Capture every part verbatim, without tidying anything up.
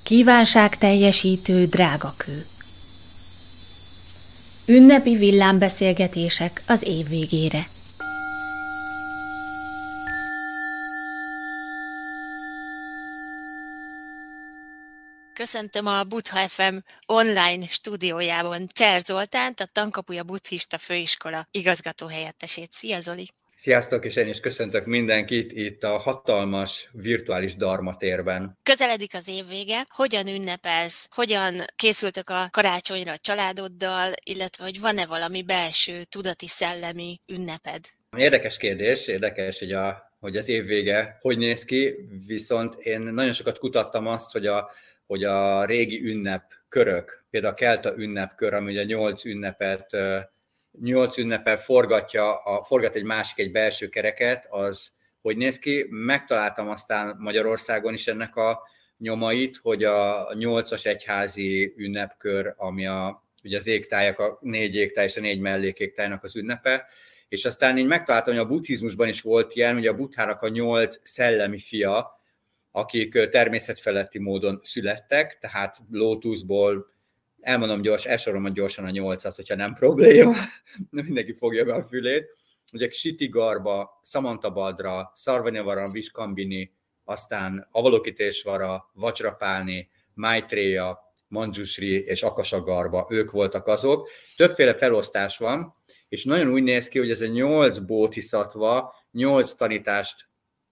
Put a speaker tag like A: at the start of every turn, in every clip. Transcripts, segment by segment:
A: Kívánságteljesítő drágakő. Ünnepi villámbeszélgetések az év végére.
B: Köszöntöm a Buddha ef em online stúdiójában Cser Zoltánt, a Tankapuja Buddhista Főiskola igazgatóhelyettesét. Szia, Zoli!
C: Sziasztok, és én is köszöntök mindenkit itt a hatalmas virtuális Dharma térben.
B: Közeledik az év vége. Hogyan ünnepelsz? Hogyan készültök a karácsonyra a családoddal, illetve hogy van-e valami belső, tudati, szellemi ünneped?
C: Érdekes kérdés, érdekes, hogy, a, hogy az év vége hogy néz ki, viszont én nagyon sokat kutattam azt, hogy a, hogy a régi ünnepkörök, például a kelta ünnepkör, ami ugye nyolc ünnepet nyolc ünnepel forgatja, a, forgat egy másik, egy belső kereket, az hogy néz ki. Megtaláltam aztán Magyarországon is ennek a nyomait, hogy a nyolcas egyházi ünnepkör, ami a, ugye az égtájak, a négy égtáj és a négy mellékégtájnak az ünnepe, és aztán így megtaláltam, hogy a buddhizmusban is volt ilyen, hogy a Buddhának a nyolc szellemi fia, akik természetfeletti módon születtek, tehát lótuszból, elmondom gyors, elsorolom gyorsan a nyolcat, hogyha nem probléma, mindenki fogja be a fülét. Ugye Ksitigarba, Samantabhadra, Sarvanyavara, Viskambini, aztán Avalokiteshvara, Vajrapáni, Maitreya, Manjushri és Akasagarba, ők voltak azok. Többféle felosztás van, és nagyon úgy néz ki, hogy ez a nyolc bodhisattva, nyolc tanítást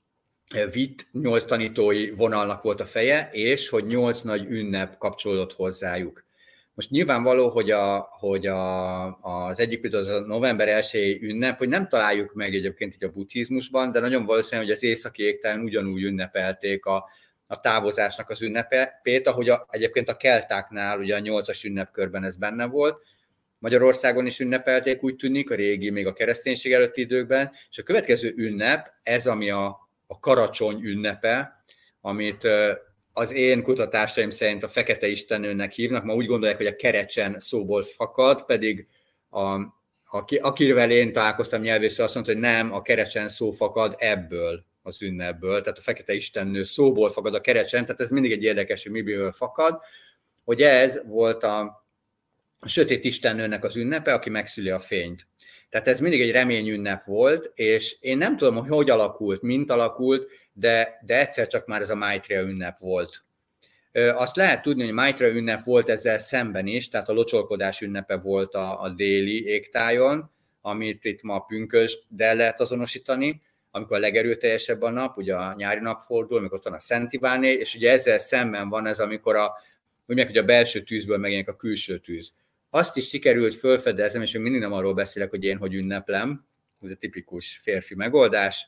C: vitt, nyolc tanítói vonalnak volt a feje, és hogy nyolc nagy ünnep kapcsolódott hozzájuk. Most nyilvánvaló, hogy, a, hogy a, az egyik az a november elsejei ünnep, hogy nem találjuk meg egyébként így a buddhizmusban, de nagyon valószínű, hogy az északi égtájon ugyanúgy ünnepelték a, a távozásnak az ünnepét, ahogy a, egyébként a keltáknál ugye a nyolcas ünnepkörben ez benne volt. Magyarországon is ünnepelték, úgy tűnik, a régi, még a kereszténység előtti időkben, és a következő ünnep, ez ami a, a karacsony ünnepe, amit az én kutatásaim szerint a fekete istennőnek hívnak, ma úgy gondolják, hogy a kerecsen szóból fakad, pedig a, aki, akivel én találkoztam nyelvészről, azt mondta, hogy nem, a kerecsen szó fakad ebből az ünnepből, tehát a fekete istennő szóból fakad a kerecsen, tehát ez mindig egy érdekes, hogy miből fakad, hogy ez volt a, a sötét istennőnek az ünnepe, aki megszüli a fényt. Tehát ez mindig egy reményünnep volt, és én nem tudom, hogy hogy alakult, mint alakult, de, de egyszer csak már ez a Maitreya ünnep volt. Azt lehet tudni, hogy Maitreya ünnep volt ezzel szemben is, tehát a locsolkodás ünnepe volt a, a déli égtájon, amit itt ma pünkösddel lehet azonosítani, amikor a legerőteljesebb a nap, ugye a nyári napfordul, amikor ott van a Szent Iváné, és ugye ezzel szemben van ez, amikor a, úgy meg, hogy a belső tűzből megjelenik a külső tűz. Azt is sikerült felfedeznem, és még mindig nem arról beszélek, hogy én hogy ünneplem, ez a tipikus férfi megoldás,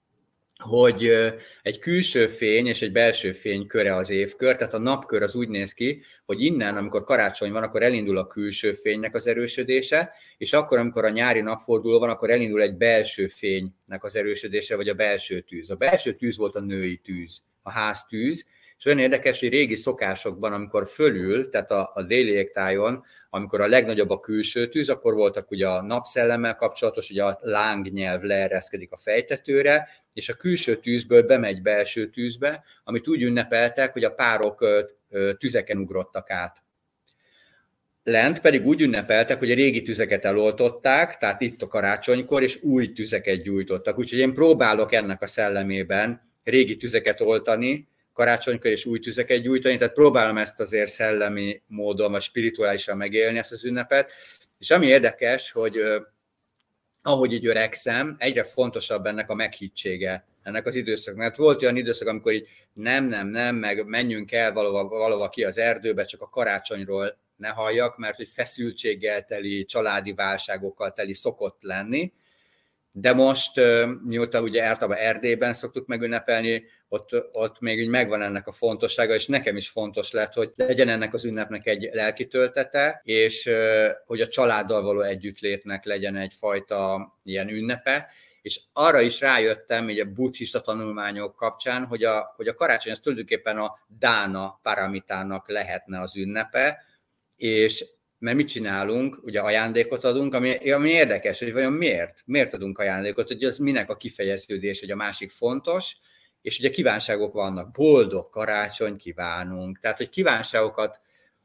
C: hogy egy külső fény és egy belső fény köre az évkör, tehát a napkör az úgy néz ki, hogy innen, amikor karácsony van, akkor elindul a külső fénynek az erősödése, és akkor, amikor a nyári napforduló van, akkor elindul egy belső fénynek az erősödése, vagy a belső tűz. A belső tűz volt a női tűz, a háztűz, és olyan érdekes, hogy régi szokásokban, amikor fölül, tehát a, a déli égtájon, amikor a legnagyobb a külső tűz, akkor voltak ugye a napszellemmel kapcsolatos, ugye a lángnyelv leereszkedik a fejtetőre, és a külső tűzből bemegy belső tűzbe, amit úgy ünnepeltek, hogy a párok tüzeken ugrottak át. Lent pedig úgy ünnepeltek, hogy a régi tüzeket eloltották, tehát itt a karácsonykor, és új tüzeket gyújtottak. Úgyhogy én próbálok ennek a szellemében régi tüzeket oltani, karácsonykor és új tüzeket gyújtani, tehát próbálom ezt azért szellemi módon, vagy spirituálisan megélni ezt az ünnepet. És ami érdekes, hogy eh, ahogy így öregszem, egyre fontosabb ennek a meghittsége, ennek az időszak. Mert volt olyan időszak, amikor így nem, nem, nem, meg menjünk el valahova, valahova ki az erdőbe, csak a karácsonyról ne halljak, mert hogy feszültséggel teli, családi válságokkal teli szokott lenni. De most, mióta ugye általában Erdélyben szoktuk megünnepelni, ott, ott még úgy megvan ennek a fontossága, és nekem is fontos lett, hogy legyen ennek az ünnepnek egy lelki töltete, és hogy a családdal való együttlétnek legyen egyfajta ilyen ünnepe. És arra is rájöttem, így a buddhista tanulmányok kapcsán, hogy a, hogy a karácsony az tulajdonképpen a dána paramitának lehetne az ünnepe, és mert mit csinálunk, ugye ajándékot adunk, ami, ami érdekes, hogy vajon miért? Miért adunk ajándékot, hogy az minek a kifejeződés, hogy a másik fontos, és ugye kívánságok vannak, boldog karácsony kívánunk, tehát hogy kívánságokat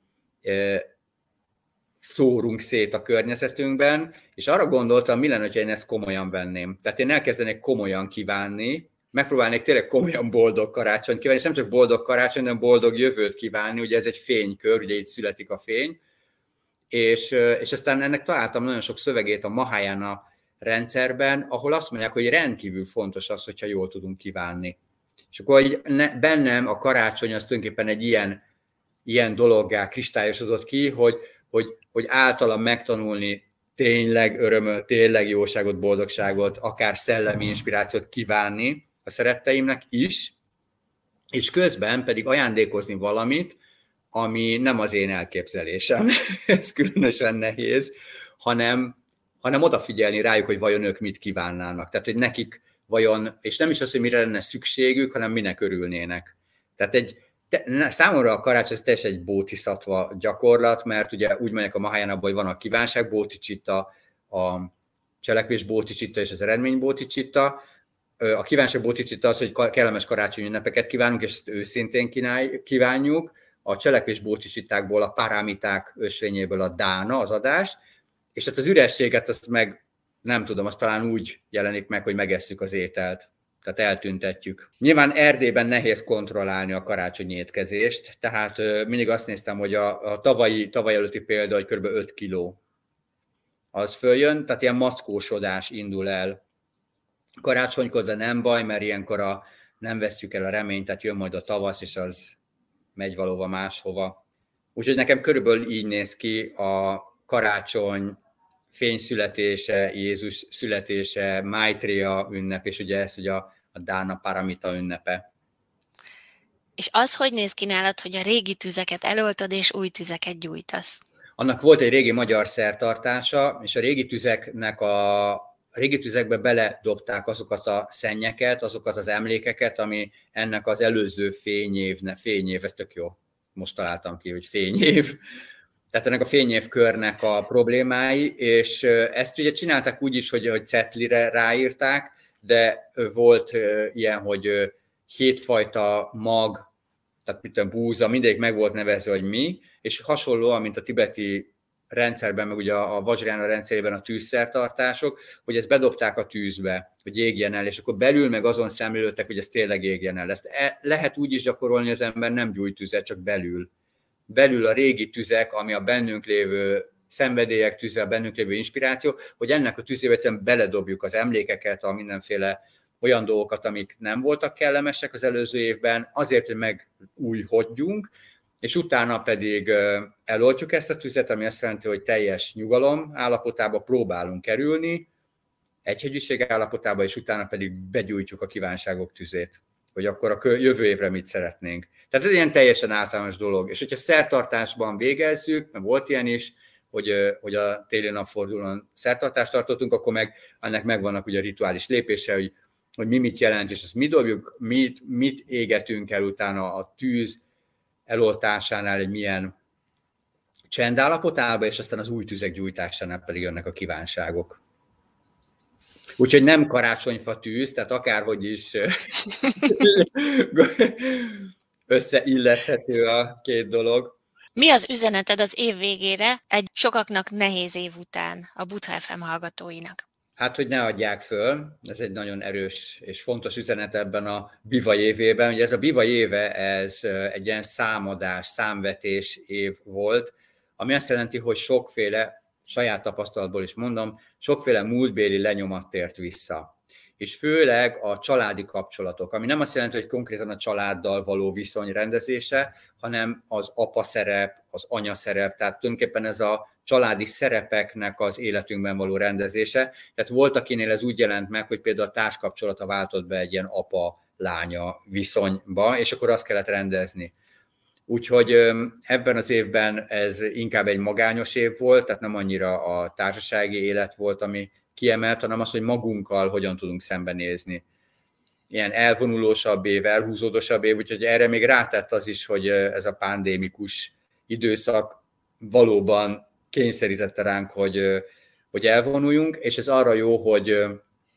C: szórunk szét a környezetünkben, és arra gondoltam, mi lenne, hogyha én ezt komolyan venném. Tehát én elkezdenék komolyan kívánni, megpróbálnék tényleg komolyan boldog karácsonyt kívánni, és nem csak boldog karácsony, hanem boldog jövőt kívánni, ugye ez egy fénykör, ugye itt születik a fény, és, és aztán ennek találtam nagyon sok szövegét a Mahayana rendszerben, ahol azt mondják, hogy rendkívül fontos az, hogyha jól tudunk kívánni. És akkor hogy ne, bennem a karácsony az tulajdonképpen egy ilyen, ilyen dologgá kristályosodott ki, hogy, hogy, hogy általam megtanulni tényleg örömöt, tényleg jóságot, boldogságot, akár szellemi inspirációt kívánni a szeretteimnek is, és közben pedig ajándékozni valamit, ami nem az én elképzelésem, ez különösen nehéz, hanem, hanem odafigyelni rájuk, hogy vajon ők mit kívánnának. Tehát, hogy nekik vajon, és nem is az, hogy mire lenne szükségük, hanem minek örülnének. Tehát egy, te, számomra a karácsony ez teljesen egy bótiszatva gyakorlat, mert ugye úgy mondják a Mahayana-ban, hogy van a kívánság bóticsitta, a cselekvés bóticsitta és az eredmény bóticsitta. A kívánság bóticsitta az, hogy kellemes karácsonyi ünnepeket kívánunk, és ezt őszintén kívánjuk. A cselekvés bóticsittákból, a parámiták ösvényéből a dána, az adás, és hát az ürességet azt meg nem tudom, azt talán úgy jelenik meg, hogy megesszük az ételt, tehát eltüntetjük. Nyilván Erdélyben nehéz kontrollálni a karácsonyi étkezést, tehát mindig azt néztem, hogy a, a tavalyi, tavaly előtti példa, hogy kb. öt kiló az följön, tehát ilyen mackósodás indul el karácsonykor, de nem baj, mert ilyenkor a, nem vesztjük el a reményt, tehát jön majd a tavasz, és az megy valóva máshova. Úgyhogy nekem körülbelül így néz ki a karácsony, fényszületése, Jézus születése, Maitreya ünnep, és ugye ez ugye a, a Dána Paramita ünnepe.
B: És az, hogy néz ki nálad, hogy a régi tüzeket eloltod, és új tüzeket gyújtasz?
C: Annak volt egy régi magyar szertartása, és a régi tüzeknek a, a régi tüzekbe beledobták azokat a szennyeket, azokat az emlékeket, ami ennek az előző fényév, ne, fényév, ez tök jó, most találtam ki, hogy fényév, tehát ennek a fényévkörnek a problémái, és ezt ugye csinálták úgy is, hogy, hogy cetlire ráírták, de volt ilyen, hogy hétfajta mag, tehát mit tudom, búza, mindegyik meg volt nevezve, hogy mi, és hasonlóan, mint a tibeti rendszerben, meg ugye a Vajrayana rendszerében a tűzszertartások, hogy ezt bedobták a tűzbe, hogy égjen el, és akkor belül meg azon szemlélődtek, hogy ez tényleg égjen el. Ezt lehet úgy is gyakorolni, hogy az ember nem gyújt tüzet, csak belül. Belül a régi tüzek, ami a bennünk lévő szenvedélyek tüze, a bennünk lévő inspiráció, hogy ennek a tüzébe egyszerűen beledobjuk az emlékeket, a mindenféle olyan dolgokat, amik nem voltak kellemesek az előző évben, azért, hogy meg új hodjunk, és utána pedig eloltjuk ezt a tüzet, ami azt jelenti, hogy teljes nyugalom állapotába próbálunk kerülni, egyhegyűség állapotába, és utána pedig begyújtjuk a kívánságok tüzét, hogy akkor a jövő évre mit szeretnénk. Tehát ez ilyen teljesen általános dolog. És hogyha szertartásban végezzük, mert volt ilyen is, hogy, hogy a téli napfordulón szertartást tartottunk, akkor meg ennek megvannak ugye a rituális lépése, hogy, hogy mi mit jelent, és azt mi dobjuk, mit, mit égetünk el utána a tűz eloltásánál, egy milyen csendállapotába, és aztán az új tüzek gyújtásánál pedig jönnek a kívánságok. Úgyhogy nem karácsonyfa tűz, tehát akárhogy is összeillethető a két dolog.
B: Mi az üzeneted az év végére egy sokaknak nehéz év után a Buddha ef em hallgatóinak?
C: Hát, hogy ne adják föl, ez egy nagyon erős és fontos üzenet ebben a biva évében. Ugye ez a biva éve, ez egy ilyen számadás, számvetés év volt, ami azt jelenti, hogy sokféle, saját tapasztalatból is mondom, sokféle múltbéli lenyomat tért vissza. És főleg a családi kapcsolatok, ami nem azt jelenti, hogy konkrétan a családdal való viszony rendezése, hanem az apa szerep, az anya szerep, tehát tulajdonképpen ez a családi szerepeknek az életünkben való rendezése. Tehát volt, akinél ez úgy jelent meg, hogy például a társkapcsolata váltott be egy ilyen apa-lánya viszonyba, és akkor azt kellett rendezni. Úgyhogy ebben az évben ez inkább egy magányos év volt, tehát nem annyira a társasági élet volt, ami kiemelt, hanem az, hogy magunkkal hogyan tudunk szembenézni. Ilyen elvonulósabb év, elhúzódosabb év, úgyhogy erre még rátett az is, hogy ez a pandémikus időszak valóban kényszerítette ránk, hogy, hogy elvonuljunk, és ez arra jó, hogy,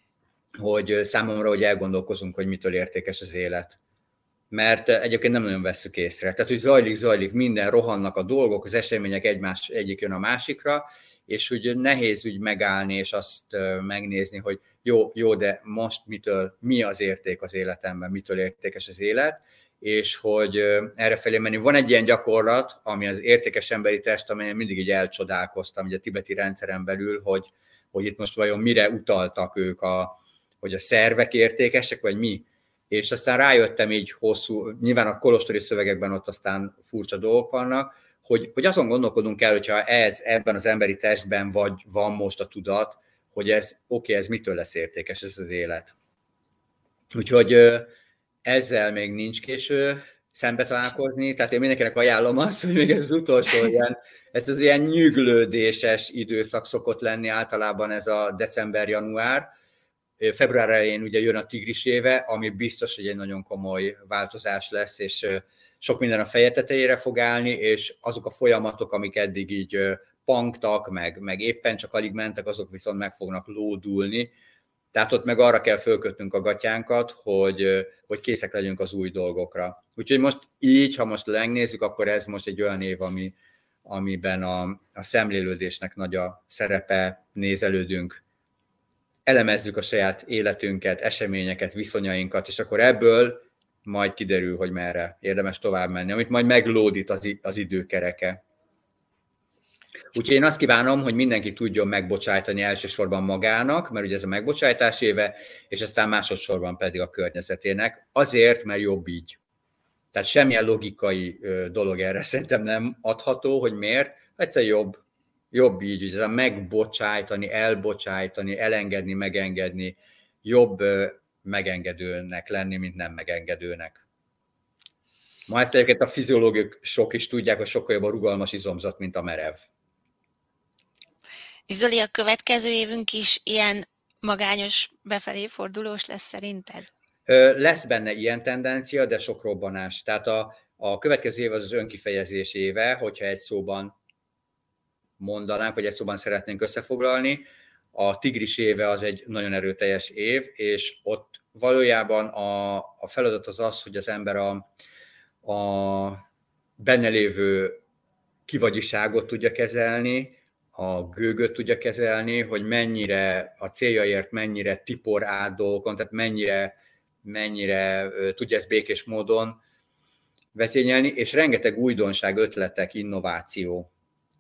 C: hogy számomra, hogy elgondolkozunk, hogy mitől értékes az élet. Mert egyébként nem nagyon vesszük észre. Tehát, hogy zajlik, zajlik, minden, rohannak a dolgok, az események egymás, egyik jön a másikra, és úgy nehéz úgy megállni, és azt megnézni, hogy jó, jó, de most mitől, mi az érték az életemben, mitől értékes az élet, és hogy errefelé menni. Van egy ilyen gyakorlat, ami az értékes emberi test, amelyen mindig így elcsodálkoztam, ugye a tibeti rendszeren belül, hogy, hogy itt most vajon mire utaltak ők, a, hogy a szervek értékesek, vagy mi. És aztán rájöttem így hosszú, nyilván a kolostori szövegekben ott aztán furcsa dolgok vannak, hogy, hogy azon gondolkodunk el, hogyha ez ebben az emberi testben vagy van most a tudat, hogy ez oké, ez mitől lesz értékes, ez az élet. Úgyhogy ezzel még nincs késő szembe találkozni, tehát én mindenkinek ajánlom azt, hogy még ez az utolsó ilyen, ez az ilyen nyüglődéses időszak szokott lenni általában ez a december-január. Február elején ugye jön a tigris éve, ami biztos, hogy egy nagyon komoly változás lesz, és sok minden a feje tetejére fog állni, és azok a folyamatok, amik eddig így pangtak, meg, meg éppen csak alig mentek, azok viszont meg fognak lódulni. Tehát ott meg arra kell fölkötnünk a gatyánkat, hogy, hogy készek legyünk az új dolgokra. Úgyhogy most így, ha most megnézzük, akkor ez most egy olyan év, ami, amiben a, a szemlélődésnek nagy a szerepe, nézelődünk, elemezzük a saját életünket, eseményeket, viszonyainkat, és akkor ebből majd kiderül, hogy merre érdemes tovább menni, amit majd meglódít az, az időkereke. Úgyhogy én azt kívánom, hogy mindenki tudjon megbocsájtani elsősorban magának, mert ugye ez a megbocsájtás éve, és aztán másodszorban pedig a környezetének, azért, mert jobb így. Tehát semmilyen logikai dolog erre szerintem nem adható, hogy miért, egyszerűen jobb. Jobb így, hogy ez a megbocsájtani, elbocsájtani, elengedni, megengedni, jobb megengedőnek lenni, mint nem megengedőnek. Ma ezt egyébként a fiziológusok sok is tudják, hogy sokkal jobb a rugalmas izomzat, mint a merev.
B: Zoli, a következő évünk is ilyen magányos, befelé fordulós lesz szerinted?
C: Lesz benne ilyen tendencia, de sok robbanás. Tehát a, a következő év az az önkifejezés éve, hogyha egy szóban mondanánk, vagy egy szóban szeretnénk összefoglalni. A tigris éve az egy nagyon erőteljes év, és ott valójában a, a feladat az az, hogy az ember a, a benne lévő kivagyiságot tudja kezelni, a gőgöt tudja kezelni, hogy mennyire a céljaért, mennyire tipor át dolgokon, tehát mennyire, mennyire tudja ezt békés módon vezényelni, és rengeteg újdonság, ötletek, innováció,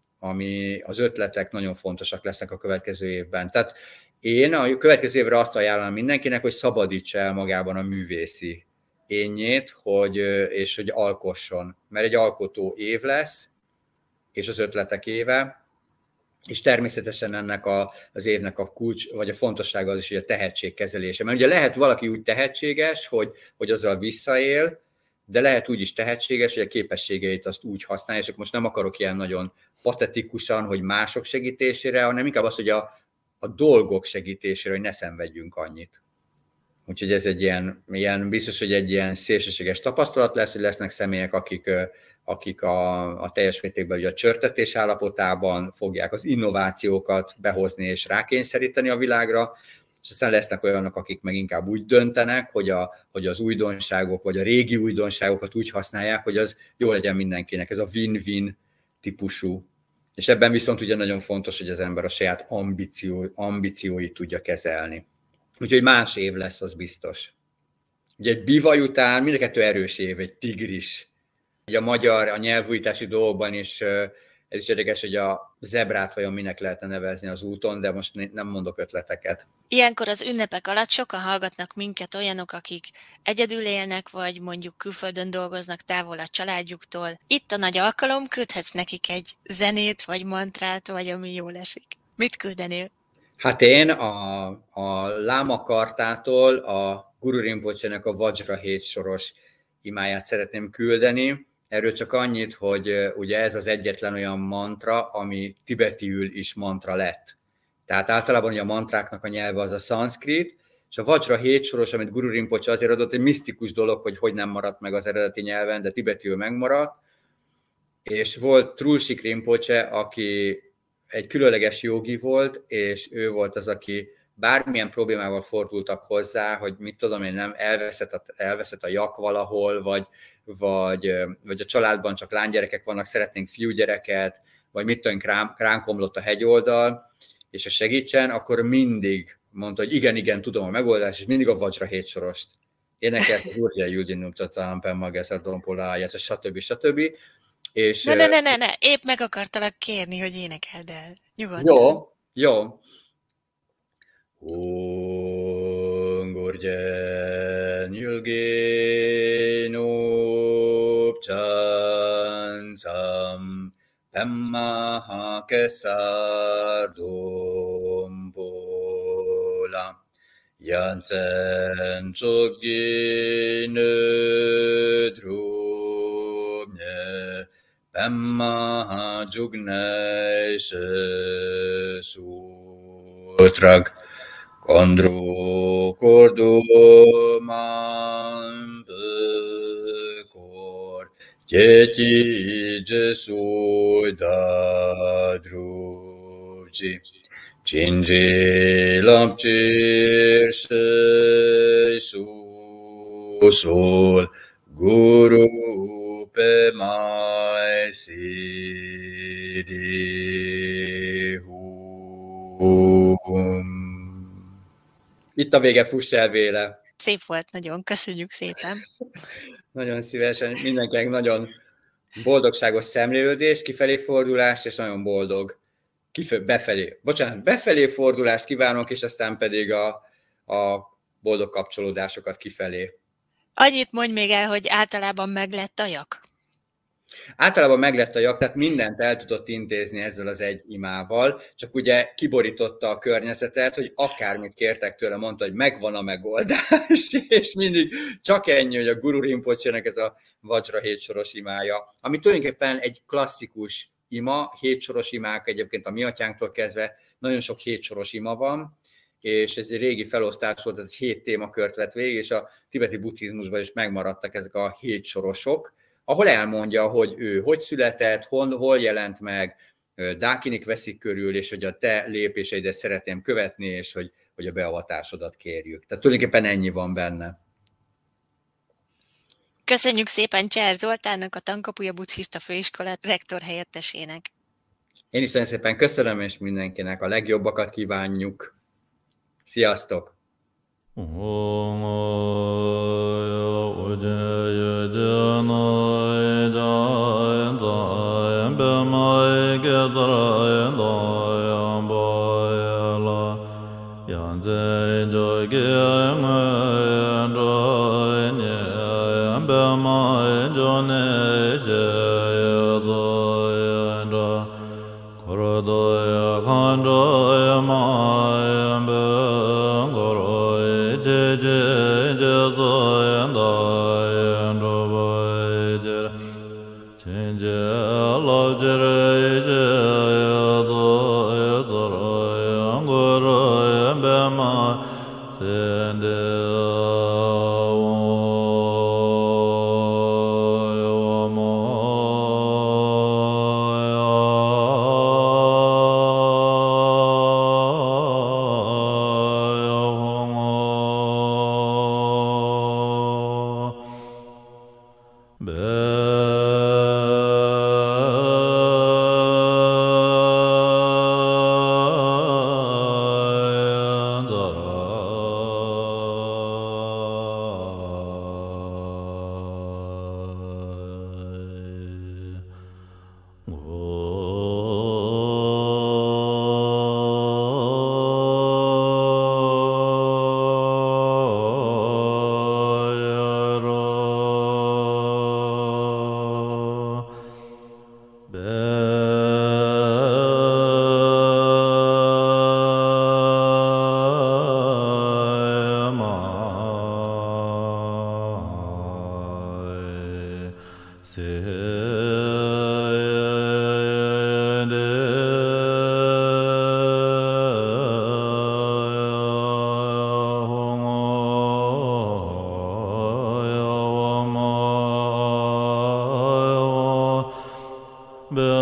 C: ami az ötletek nagyon fontosak lesznek a következő évben. Tehát én a következő évre azt ajánlom mindenkinek, hogy szabadítsa el magában a művészi énjét, hogy, és hogy alkosson, mert egy alkotó év lesz, és az ötletek éve, és természetesen ennek a, az évnek a kulcs, vagy a fontossága az is, hogy a tehetség kezelése. Mert ugye lehet valaki úgy tehetséges, hogy, hogy azzal visszaél, de lehet úgy is tehetséges, hogy a képességeit azt úgy használja, és akkor most nem akarok ilyen nagyon patetikusan, hogy mások segítésére, hanem inkább az, hogy a, a dolgok segítésére, hogy ne szenvedjünk annyit. Úgyhogy ez egy ilyen, ilyen, biztos, hogy egy ilyen szélsőséges tapasztalat lesz, hogy lesznek személyek, akik, akik a, a teljes mértékben ugye a csörtetés állapotában fogják az innovációkat behozni és rákényszeríteni a világra, és aztán lesznek olyanok, akik meg inkább úgy döntenek, hogy, a, hogy az újdonságok, vagy a régi újdonságokat úgy használják, hogy az jó legyen mindenkinek, ez a win-win típusú. És ebben viszont ugye nagyon fontos, hogy az ember a saját ambíció, ambícióit tudja kezelni. Úgyhogy más év lesz, az biztos. Ugye egy bivaj után mind a kettő erős év, egy tigris. Ugye a magyar, a nyelvújítási dolgokban is ez is érdekes, hogy a zebrát vajon minek lehetne nevezni az úton, de most nem mondok ötleteket.
B: Ilyenkor az ünnepek alatt sokan hallgatnak minket olyanok, akik egyedül élnek, vagy mondjuk külföldön dolgoznak távol a családjuktól. Itt a nagy alkalom, küldhetsz nekik egy zenét, vagy mantrát, vagy ami jól esik. Mit küldenél?
C: Hát én a, a Láma Kartától a Guru Rinpoche-nek a Vajra hét soros imáját szeretném küldeni. Erről csak annyit, hogy ugye ez az egyetlen olyan mantra, ami tibetiül is mantra lett. Tehát általában ugye a mantráknak a nyelve az a szanszkrit, és a Vajra hét soros, amit Guru Rinpoche azért adott, egy misztikus dolog, hogy hogy nem maradt meg az eredeti nyelven, de tibetiül megmaradt. És volt Trulsik Rinpoche, aki egy különleges jogi volt, és ő volt az, aki bármilyen problémával fordultak hozzá, hogy mit tudom én, nem elveszett a, elveszett a jak valahol, vagy, vagy, vagy a családban csak lánygyerekek vannak, szeretnénk fiúgyereket, vagy mit tudom, rám, ránk omlott a hegyoldal, és a segítsen, akkor mindig mondta, hogy igen, igen, tudom a megoldást, és mindig a Vajra hét sorost énekelt, az Urja Judinum Cacámpen Mageszer Dompolájász, stb. stb. És,
B: ne, ne, ne, ne, ne, épp meg akartalak kérni, hogy énekeld el. Nyugodtan.
C: Jó, jó. Ungurjen Yulginub Chansam Pemmaha Kesar Dompola Jansen Chogine Drumne Pemmaha Jugnai Sutrag Kondru Kordoman Bekor Jeti Jesu Dadruji Chinji Lapchir Susul Guru Pe Mai Sidi Hum. Itt a vége, fuss el véle.
B: Szép volt nagyon, köszönjük szépen.
C: Nagyon szívesen, mindenkinek nagyon boldogságos szemlélődés, kifelé fordulást, és nagyon boldog kifő, befelé, bocsánat, befelé fordulást kívánok, és aztán pedig a, a boldog kapcsolódásokat kifelé.
B: Annyit mondj még el, hogy általában meglett a jak?
C: Általában meglett a jak, tehát mindent el tudott intézni ezzel az egy imával, csak ugye kiborította a környezetet, hogy akármit kértek tőle, mondta, hogy megvan a megoldás, és mindig csak ennyi, hogy a Guru Rinpoche-nek ez a Vajra hétsoros imája, ami tulajdonképpen egy klasszikus ima, hétsoros imák egyébként a mi atyánktól kezdve, nagyon sok hétsoros ima van, és ez egy régi felosztás volt, ez hét témakört vett végig, és a tibeti buddhizmusban is megmaradtak ezek a hétsorosok, ahol elmondja, hogy ő hogy született, hol, hol jelent meg, dákinik veszik körül, és hogy a te lépéseidet szeretném követni, és hogy, hogy a beavatásodat kérjük. Tehát tulajdonképpen ennyi van benne.
B: Köszönjük szépen Cser Zoltánnak, a Tankapuja Buddhista Főiskola rektor helyettesének.
C: Én is nagyon szépen köszönöm, és mindenkinek a legjobbakat kívánjuk. Sziasztok!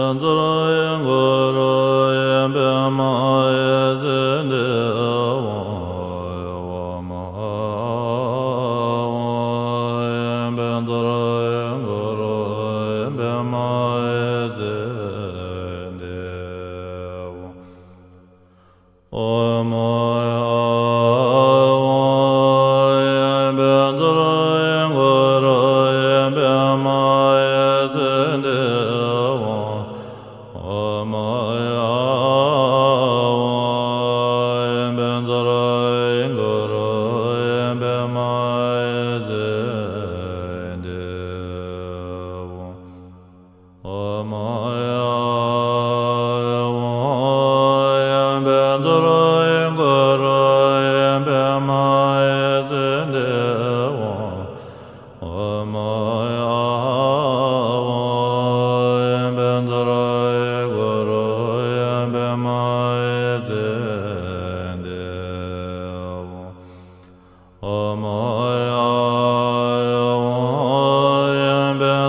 D: Ben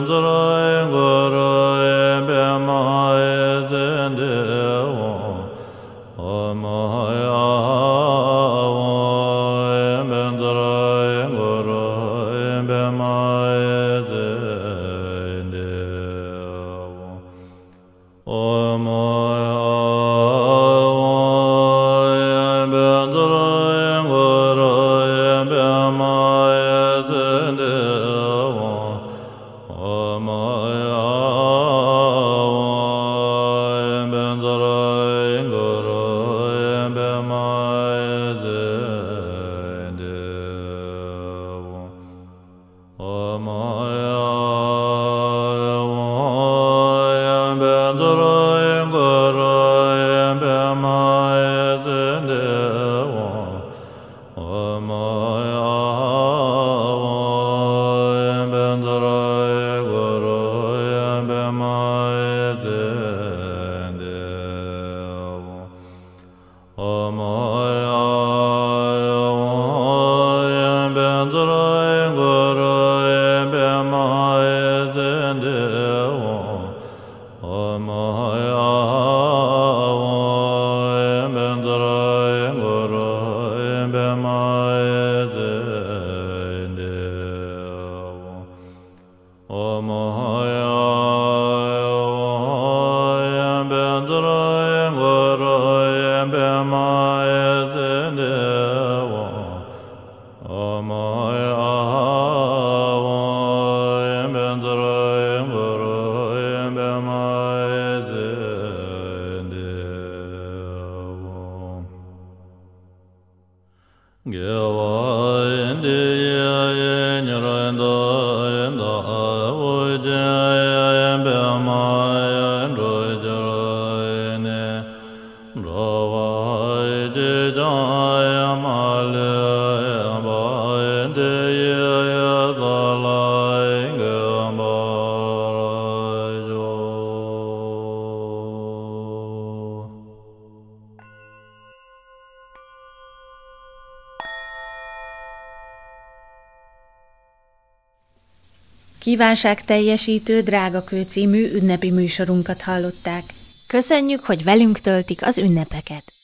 A: Kívánságteljesítő Drágakő című ünnepi műsorunkat hallották. Köszönjük, hogy velünk töltik az ünnepeket!